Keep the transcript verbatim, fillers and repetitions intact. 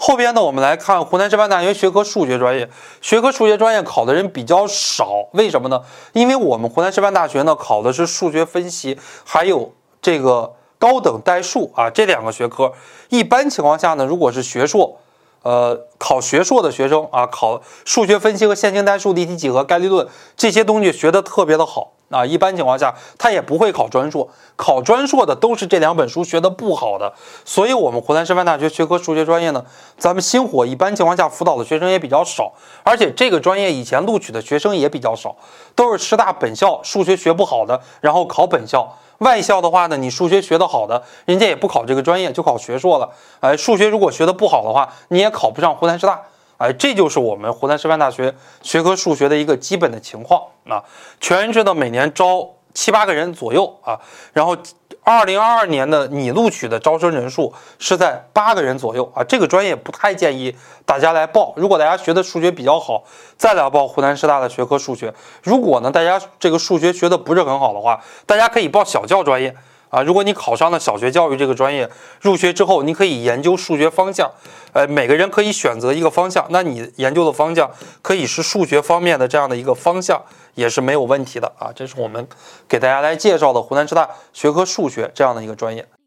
后边呢，我们来看湖南师范大学学科数学专业。学科数学专业考的人比较少，为什么呢？因为我们湖南师范大学呢考的是数学分析，还有这个高等代数啊这两个学科。一般情况下呢，如果是学硕，呃，考学硕的学生啊，考数学分析和线性代数、立体几何、概率论这些东西学得特别的好。啊，一般情况下他也不会考专硕，考专硕的都是这两本书学得不好的，所以我们湖南师范大学学科数学专业呢，咱们星火一般情况下辅导的学生也比较少，而且这个专业以前录取的学生也比较少，都是师大本校数学学不好的，然后考本校。外校的话呢，你数学学得好的，人家也不考这个专业，就考学硕了。哎，数学如果学得不好的话，你也考不上湖南师大。哎，这就是我们湖南师范大学学科数学的一个基本的情况啊。全日制呢，每年招七八个人左右啊，然后二零二二年的拟录取的招生人数是在八个人左右啊。这个专业不太建议大家来报，如果大家学的数学比较好，再来报湖南师大的学科数学。如果呢，大家这个数学学的不是很好的话，大家可以报小教专业。啊，如果你考上了小学教育这个专业，入学之后你可以研究数学方向，呃，每个人可以选择一个方向，那你研究的方向可以是数学方面的这样的一个方向，也是没有问题的啊。这是我们给大家来介绍的湖南师大学科数学这样的一个专业。